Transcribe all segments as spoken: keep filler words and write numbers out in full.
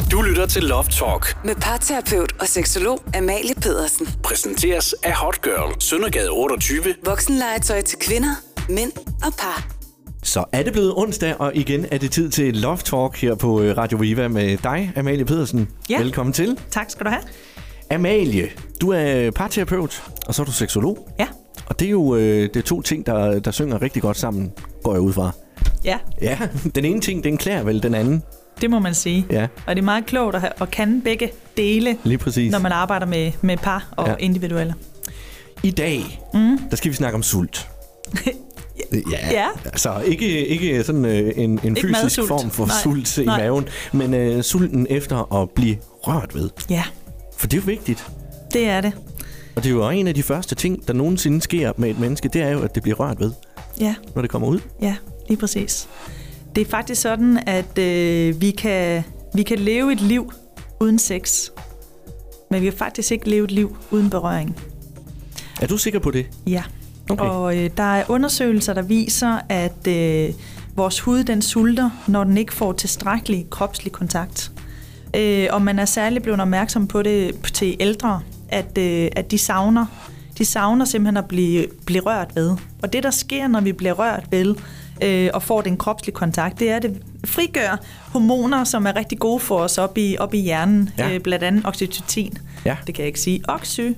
Du lytter til Love Talk med parterapeut og seksolog Amalie Pedersen. Præsenteres af Hot Girl, Søndergade otteogtyve. Voksenlegetøj til kvinder, mænd og par. Så er det blevet onsdag, og igen er det tid til Love Talk her på Radio Viva med dig, Amalie Pedersen. Ja. Velkommen til. Tak skal du have. Amalie, du er parterapeut, og så er du seksolog. Ja. Og det er jo øh, det er to ting, der, der synger rigtig godt sammen, går jeg ud fra. Ja. Ja, den ene ting, den klæder vel den anden. Det må man sige. Ja. Og det er meget klogt at, have, at kende begge dele, lige præcis, når man arbejder med, med par og ja. individuelle. I dag, mm. der skal vi snakke om sult. Ja, ja, altså ikke, ikke sådan øh, en, en ikke fysisk madsult. Form for Nej. sult i Nej. maven, men øh, sulten efter at blive rørt ved. Ja. For det er jo vigtigt. Det er det. Og det er jo en af de første ting, der nogensinde sker med et menneske, det er jo, at det bliver rørt ved, ja. når det kommer ud. Ja, lige præcis. Det er faktisk sådan, at øh, vi, kan, vi kan leve et liv uden sex, men vi kan faktisk ikke leve et liv uden berøring. Er du sikker på det? Ja. Okay. Og øh, der er undersøgelser, der viser, at øh, vores hud den sulter, når den ikke får tilstrækkelig kropslig kontakt. Øh, og man er særligt blevet opmærksom på det til ældre, at, øh, at de savner, de savner simpelthen at blive, blive rørt ved. Og det, der sker, når vi bliver rørt ved øh, og får den kropslige kontakt, det er, at det frigør hormoner, som er rigtig gode for os op i, op i hjernen, ja. øh, blandt andet oxytocin. Ja. Det kan jeg ikke sige. Oxy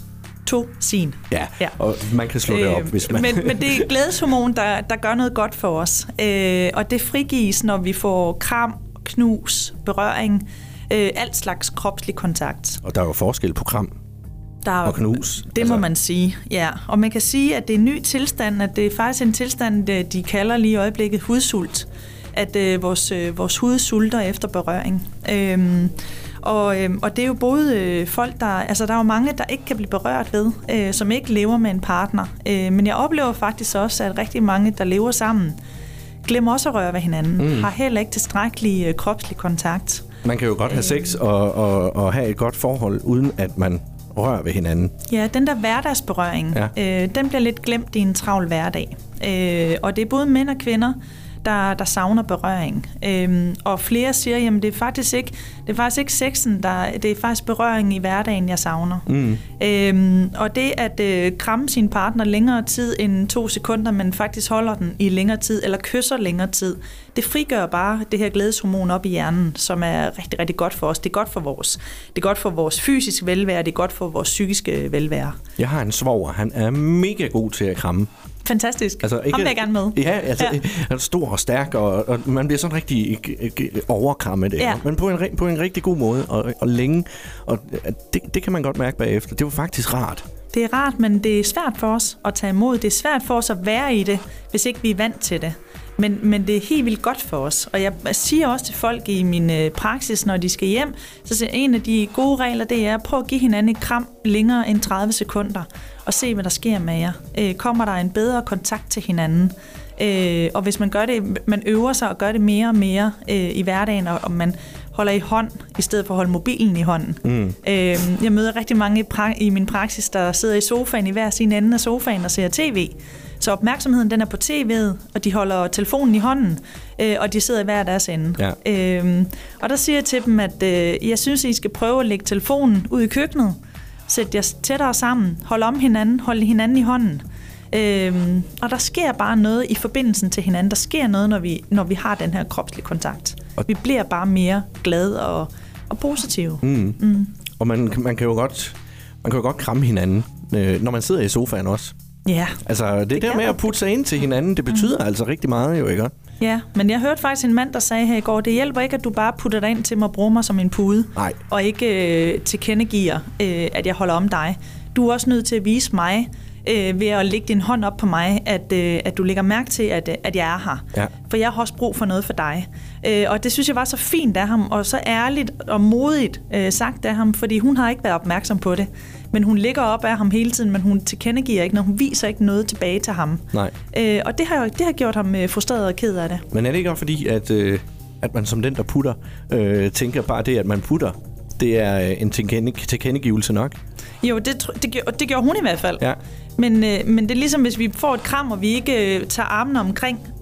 Oxytocin. Ja, ja, og man kan slå det op, øh, hvis man... men, men det er glædeshormon, der, der gør noget godt for os. Øh, og det frigives, når vi får kram, knus, berøring, øh, alt slags kropslig kontakt. Og der er jo forskel på kram der er, og knus. Det altså. må man sige, ja. Og man kan sige, at det er en ny tilstand, at det er faktisk en tilstand, de kalder lige i øjeblikket hudsult. At øh, vores, øh, vores hud sulter efter berøring. Øh, Og, øh, og det er jo både øh, folk, der... Altså, der er jo mange, der ikke kan blive berørt ved, øh, som ikke lever med en partner. Øh, men jeg oplever faktisk også, at rigtig mange, der lever sammen, glemmer også at røre ved hinanden. Mm. Har heller ikke tilstrækkelig øh, kropslig kontakt. Man kan jo godt have sex og, og, og have et godt forhold, uden at man rører ved hinanden. Ja, den der hverdagsberøring, ja. øh, den bliver lidt glemt i en travl hverdag. Øh, og det er både mænd og kvinder, Der, der savner berøring. Øhm, og flere siger, jamen det er faktisk ikke, det er faktisk ikke sexen, der, det er faktisk berøring i hverdagen, jeg savner. Mm. Øhm, og det at øh, kramme sin partner længere tid end to sekunder, men faktisk holder den i længere tid, eller kysser længere tid, det frigør bare det her glædeshormon op i hjernen, som er rigtig, rigtig godt for os. Det er godt for vores, det er godt for vores fysiske velvære, det er godt for vores psykiske velvære. Jeg har en svoger, han er mega god til at kramme. Fantastisk. Altså, ikke, ham vil jeg gerne med. Ja, altså, ja. Han er stor og stærk, og, og man bliver sådan rigtig overkrammet. Ja. Men på en, på en rigtig god måde, og, og længe. Og det, det kan man godt mærke bagefter. Det var faktisk rart. Det er rart, men det er svært for os at tage imod. Det er svært for os at være i det, hvis ikke vi er vant til det. Men, men det er helt vildt godt for os. Og jeg siger også til folk i min øh, praksis, når de skal hjem, så siger en af de gode regler, det er at prøve at give hinanden et kram længere end tredive sekunder, og se, hvad der sker med jer. Øh, kommer der en bedre kontakt til hinanden? Øh, og hvis man gør det, man øver sig og gør det mere og mere øh, i hverdagen, og, og man holder i hånd, i stedet for at holde mobilen i hånden. Mm. Øh, jeg møder rigtig mange i, pra- i min praksis, der sidder i sofaen i hver sin ende af sofaen og ser tv. Så opmærksomheden den er på tv'et, og de holder telefonen i hånden, øh, og de sidder i hver deres ende. Ja. Øh, og der siger jeg til dem, at øh, jeg synes, I skal prøve at lægge telefonen ud i køkkenet, sætte jer tættere sammen, holde om hinanden, holde hinanden i hånden. Øh, og der sker bare noget i forbindelsen til hinanden. Der sker noget, når vi, når vi har den her kropslige kontakt. Og vi bliver bare mere glade og, og positive. Mm. Mm. Og man, man kan jo godt, man kan jo godt kramme hinanden, øh, når man sidder i sofaen også. Ja. Altså, det, det der med at putte sig ind til hinanden, det betyder mm. altså rigtig meget jo, ikke? Ja, men jeg hørte faktisk en mand, der sagde her i går, det hjælper ikke, at du bare putter dig ind til mig og bruger mig som en pude. Nej. Og ikke øh, tilkendegiver, øh, at jeg holder om dig. Du er også nødt til at vise mig, øh, ved at lægge din hånd op på mig, at, øh, at du lægger mærke til, at, at jeg er her. Ja. For jeg har også brug for noget for dig. Øh, og det synes jeg var så fint af ham, og så ærligt og modigt øh, sagt af ham, fordi hun har ikke været opmærksom på det. Men hun ligger op af ham hele tiden, men hun tilkendegiver ikke noget. Hun viser ikke noget tilbage til ham. Nej. Øh, og det har, det har gjort ham frustreret og ked af det. Men er det ikke også fordi, at, øh, at man som den, der putter, øh, tænker bare det, at man putter, det er en tilkendegivelse nok? Jo, det, det, det, det gjorde hun i hvert fald. Ja. Men, øh, men det er ligesom, hvis vi får et kram, og vi ikke øh, tager armene omkring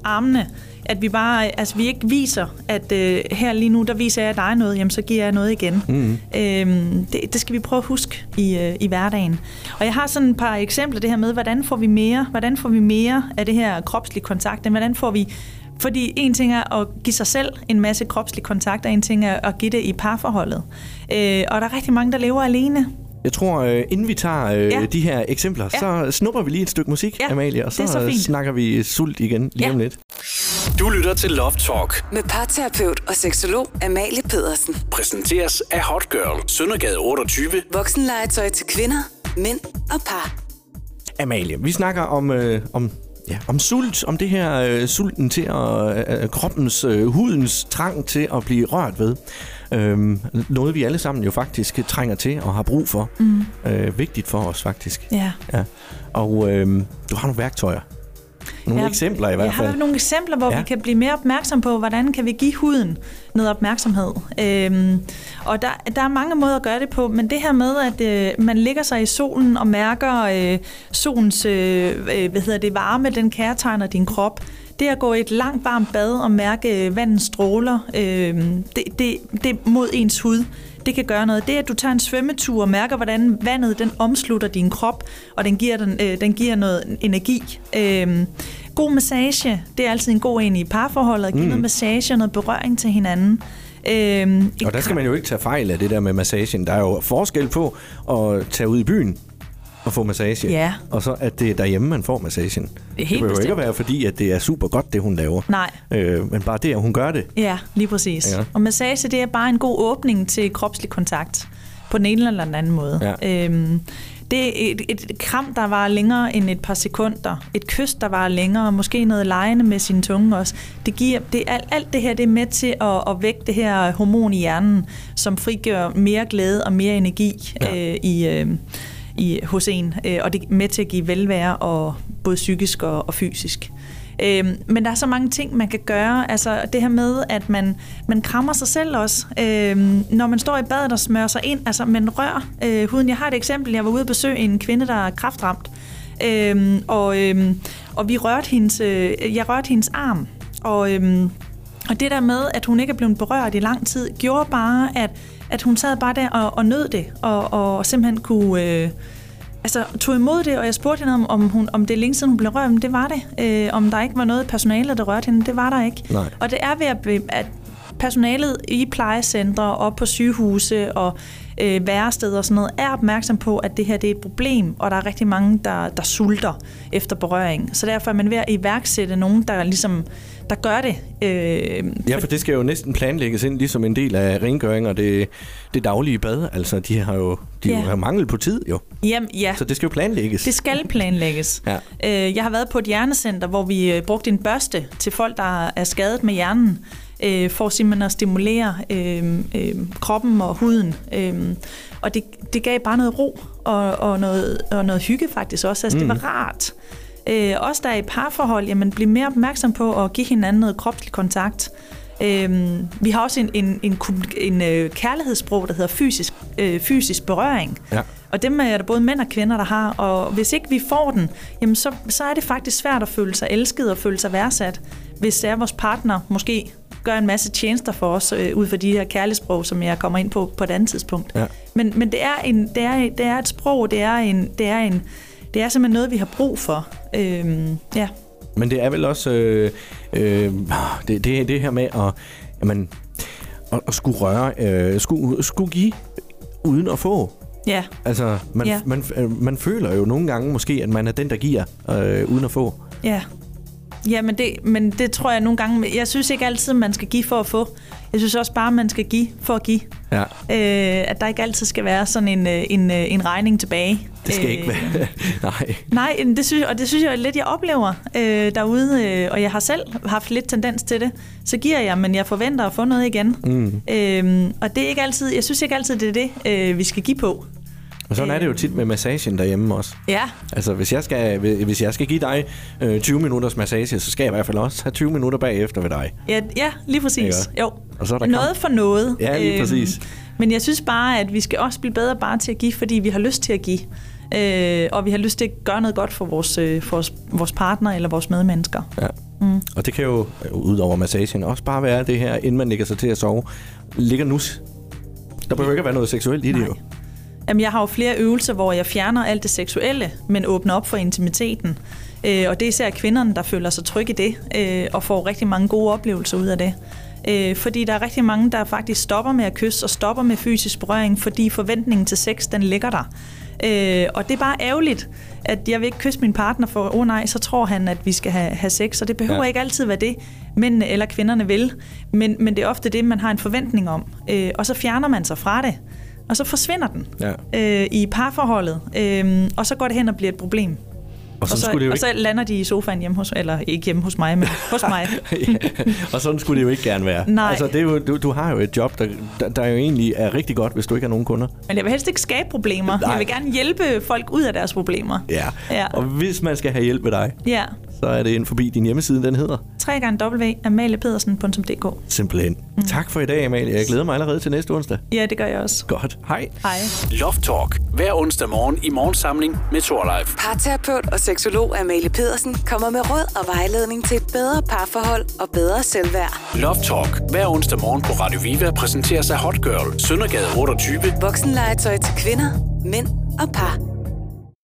armene. At vi bare, altså vi ikke viser, at øh, her lige nu, der viser jeg dig noget, jamen så giver jeg noget igen. Mm. Øhm, det, det skal vi prøve at huske i, øh, i hverdagen. Og jeg har sådan et par eksempler, det her med, hvordan får vi mere, hvordan får vi mere af det her kropslige kontakt, hvordan får vi, fordi en ting er at give sig selv en masse kropslig kontakt, og en ting er at give det i parforholdet. Øh, og der er rigtig mange, der lever alene. Jeg tror, inden vi tager øh, ja. de her eksempler, ja. så snupper vi lige et stykke musik, ja. Amalie, og så, så snakker vi sult igen lige ja. om lidt. Du lytter til Love Talk med parterapeut og seksolog Amalie Pedersen. Præsenteres af Hot Girl, Søndergade otteogtyve. Voksenlegetøj til kvinder, mænd og par. Amalie, vi snakker om... Øh, om Ja, om sult, om det her øh, sulten til at øh, kroppens, øh, hudens trang til at blive rørt ved. Øhm, noget vi alle sammen jo faktisk trænger til og har brug for. Mm. Øh, vigtigt for os faktisk. Ja. Ja. Og øh, du har nogle værktøjer. Nogle ja, eksempler i hvert fald. Jeg har nogle eksempler, hvor ja. vi kan blive mere opmærksom på, hvordan kan vi give huden noget opmærksomhed. Øhm, og der, der er mange måder at gøre det på, men det her med, at øh, man ligger sig i solen og mærker øh, solens øh, hvad hedder det, varme, den kærtegner din krop. Det at gå i et langt varmt bad og mærke øh, vandens stråler, øh, det, det, det mod ens hud. Det kan gøre noget. Det, at du tager en svømmetur og mærker, hvordan vandet den omslutter din krop, og den giver, den, øh, den giver noget energi. Øh, god massage, det er altid en god en i parforholdet. At give mm. noget massage og noget berøring til hinanden. Øh, og der skal man jo ikke tage fejl af det der med massagen. Der er jo forskel på at tage ud i byen og få massage, ja. og så at det er derhjemme, man får massagen. Det, det vil jo ikke være, fordi at det er super godt, det hun laver. Nej. Øh, men bare det, at hun gør det. Ja, lige præcis. Ja. Og massage, det er bare en god åbning til kropslig kontakt på den ene eller den anden måde. Ja. Øhm, det er et, et kram, der var længere end et par sekunder. Et kys, der var længere. Måske noget legende med sin tunge også. Det giver, det, alt, alt det her, det er med til at, at vække det her hormon i hjernen, som frigør mere glæde og mere energi ja. øh, i... Øh, I, hos en, øh, og det er med til at give velvære, og både psykisk og, og fysisk. Øh, men der er så mange ting, man kan gøre. Altså det her med, at man, man krammer sig selv også. Øh, når man står i badet og smører sig ind, altså man rører øh, huden. Jeg har et eksempel, jeg var ude at besøge en kvinde, der er kræftramt, øh, og, øh, og vi rørte hendes, øh, jeg rørte hendes arm, og, øh, og det der med, at hun ikke er blevet berørt i lang tid, gjorde bare, at at hun sad bare der og, og nød det, og, og simpelthen kunne, øh, altså tog imod det, og jeg spurgte hende, om, om, hun, om det er længe siden, hun blev rørt, men det var det. Øh, om der ikke var noget personale, der rørte hende, det var der ikke. Nej. Og det er ved, at, at personalet i plejecentre og på sygehuse og øh, væresteder og sådan noget, er opmærksom på, at det her det er et problem, og der er rigtig mange, der, der sulter efter berøring. Så derfor er man ved at iværksætte nogen, der ligesom der gør det. Øh, ja, for det skal jo næsten planlægges ind ligesom en del af rengøring og det, det daglige bad. Altså, de har jo de ja. har mangel på tid, jo. Jamen, ja. Så det skal jo planlægges. Det skal planlægges. Ja. Øh, jeg har været på et hjernecenter, hvor vi brugte en børste til folk, der er skadet med hjernen, øh, for simpelthen at stimulere øh, øh, kroppen og huden. Øh, og det, det gav bare noget ro og, og, noget, og noget hygge faktisk også. Altså, mm. det var rart. Øh, også der er i parforhold, jamen blive mere opmærksom på at give hinanden noget kropslig kontakt. Øh, vi har også en, en, en, en, en kærlighedssprog, der hedder fysisk, øh, fysisk berøring. Ja. Og dem er der både mænd og kvinder, der har. Og hvis ikke vi får den, jamen så, så er det faktisk svært at føle sig elsket og føle sig værdsat, hvis det er vores partner måske gør en masse tjenester for os øh, ud fra de her kærlighedssprog, som jeg kommer ind på på et andet tidspunkt. Ja. Men, men det, er en, det, er, det er et sprog, det er en... Det er en Det er simpelthen noget, vi har brug for. Øhm, ja. Men det er vel også øh, øh, det, det, det her med at, jamen, at, at skulle røre, øh, skulle, skulle give uden at få. Ja. Altså, man, ja. Man, man føler jo nogle gange måske, at man er den, der giver øh, uden at få. Ja. Ja, men det, men det tror jeg nogle gange... Jeg synes ikke altid, man skal give for at få. Jeg synes også bare, man skal give for at give. Ja. Øh, at der ikke altid skal være sådan en, en, en regning tilbage. Det skal øh, ikke være. Nej. Nej, det synes, og det synes jeg lidt, jeg oplever øh, derude. Øh, og jeg har selv haft lidt tendens til det. Så giver jeg, men jeg forventer at få noget igen. Mm. Øh, og det er ikke altid... Jeg synes ikke altid, det er det, øh, vi skal give på. Og sådan er det jo tit med massagen derhjemme også. Ja. Altså, hvis jeg skal, hvis jeg skal give dig øh, tyve minutters massage, så skal jeg i hvert fald også have tyve minutter bagefter ved dig. Ja, ja lige præcis. Ja. Jo. Og så er der noget kamp. for noget. Ja, lige præcis. Øhm, men jeg synes bare, at vi skal også blive bedre bare til at give, fordi vi har lyst til at give. Øh, og vi har lyst til at gøre noget godt for vores, øh, for vores, vores partner eller vores medmennesker. Ja. Mm. Og det kan jo, ud over massagen, også bare være det her, inden man lægger sig til at sove, ligger nus. Der behøver ikke at være noget seksuelt i det jo. Jamen, jeg har jo flere øvelser, hvor jeg fjerner alt det seksuelle, men åbner op for intimiteten. Øh, og det er især kvinderne, der føler sig trygge i det, øh, og får rigtig mange gode oplevelser ud af det. Øh, fordi der er rigtig mange, der faktisk stopper med at kysse og stopper med fysisk berøring, fordi forventningen til sex, den ligger der. Øh, og det er bare ærgerligt, at jeg vil ikke kysse min partner for, åh oh nej, så tror han, at vi skal have, have sex, og det behøver ja. ikke altid være det, mændene eller kvinderne vil, men, men det er ofte det, man har en forventning om, øh, og så fjerner man sig fra det, og så forsvinder den ja. øh, i parforholdet, øh, og så går det hen og bliver et problem. Og, og, så, og så lander de i sofaen hjemme hos, eller ikke hjemme hos mig, men hos mig. ja, og sådan skulle det jo ikke gerne være. Nej. Altså, det er jo, du, du har jo et job, der, der, der jo egentlig er rigtig godt, hvis du ikke har nogen kunder. Men jeg vil helst ikke skabe problemer. Nej. Jeg vil gerne hjælpe folk ud af deres problemer. Ja. ja, og hvis man skal have hjælp med dig, ja. så er det ind forbi din hjemmeside, den hedder tre gange w punktum amalie pedersen punktum d k. Simpelthen. Mm. Tak for i dag, Amalie. Jeg glæder mig allerede til næste onsdag. Ja, det gør jeg også. Godt. Hej. Hej. Loft Talk. Hver onsdag morgen i Morgensamling med Thorleif. Parterapeut og seksolog Amalie Pedersen kommer med råd og vejledning til et bedre parforhold og bedre selvværd. Loft Talk. Hver onsdag morgen på Radio Viva præsenteres af Hot Girl. Søndergade otteogtyve. Voksenlegetøj til kvinder, mænd og par.